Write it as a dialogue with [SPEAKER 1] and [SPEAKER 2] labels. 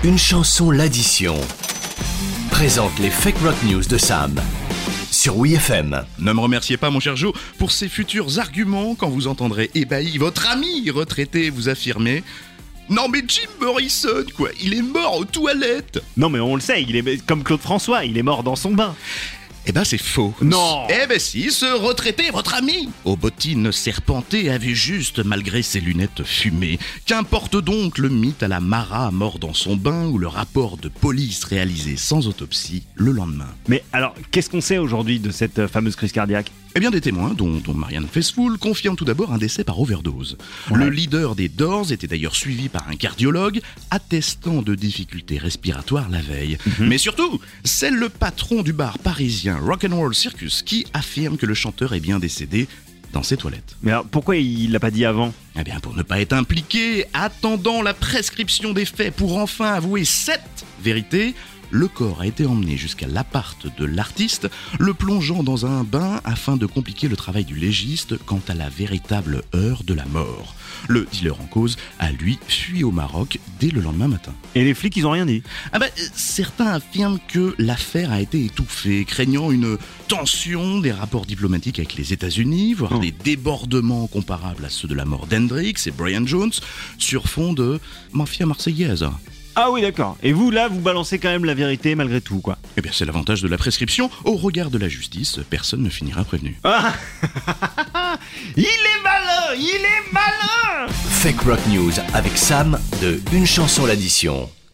[SPEAKER 1] Une chanson l'addition présente les Fake Rock News de Sam sur WeFM.
[SPEAKER 2] Ne me remerciez pas, mon cher Joe, pour ces futurs arguments quand vous entendrez ébahi votre ami retraité vous affirmer: non mais Jim Morrison, quoi, il est mort aux toilettes.
[SPEAKER 3] Non mais on le sait, il est comme Claude François, il est mort dans son bain.
[SPEAKER 2] Eh ben c'est faux.
[SPEAKER 3] Non.
[SPEAKER 2] Eh ben si, ce retraité, votre ami, aux bottines serpentées, a vu juste malgré ses lunettes fumées. Qu'importe donc le mythe à la Mara mort dans son bain ou le rapport de police réalisé sans autopsie le lendemain.
[SPEAKER 3] Mais alors, qu'est-ce qu'on sait aujourd'hui de cette fameuse crise cardiaque ?
[SPEAKER 2] Eh bien, des témoins, dont Marianne Faithfull, confirment tout d'abord un décès par overdose.
[SPEAKER 3] Ouais.
[SPEAKER 2] Le leader des Doors était d'ailleurs suivi par un cardiologue, attestant de difficultés respiratoires la veille. Mais surtout, c'est le patron du bar parisien Rock'n'Roll Circus qui affirme que le chanteur est bien décédé dans ses toilettes.
[SPEAKER 3] Mais alors, pourquoi il l'a pas dit avant ?
[SPEAKER 2] Eh bien, pour ne pas être impliqué, attendant la prescription des faits pour enfin avouer cette vérité, le corps a été emmené jusqu'à l'appart de l'artiste, le plongeant dans un bain afin de compliquer le travail du légiste quant à la véritable heure de la mort. Le dealer en cause a, lui, fui au Maroc dès le lendemain matin.
[SPEAKER 3] Et les flics, ils ont rien dit.
[SPEAKER 2] Certains affirment que l'affaire a été étouffée, craignant une tension des rapports diplomatiques avec les États-Unis, voire des débordements comparables à ceux de la mort d'Hendrix et Brian Jones, sur fond de mafia marseillaise.
[SPEAKER 3] Ah oui, d'accord. Et vous, là, vous balancez quand même la vérité malgré tout, quoi.
[SPEAKER 2] Eh bien, c'est l'avantage de la prescription. Au regard de la justice, personne ne finira prévenu.
[SPEAKER 3] Ah il est malin.
[SPEAKER 1] Fake Rock News avec Sam de Une chanson l'addition.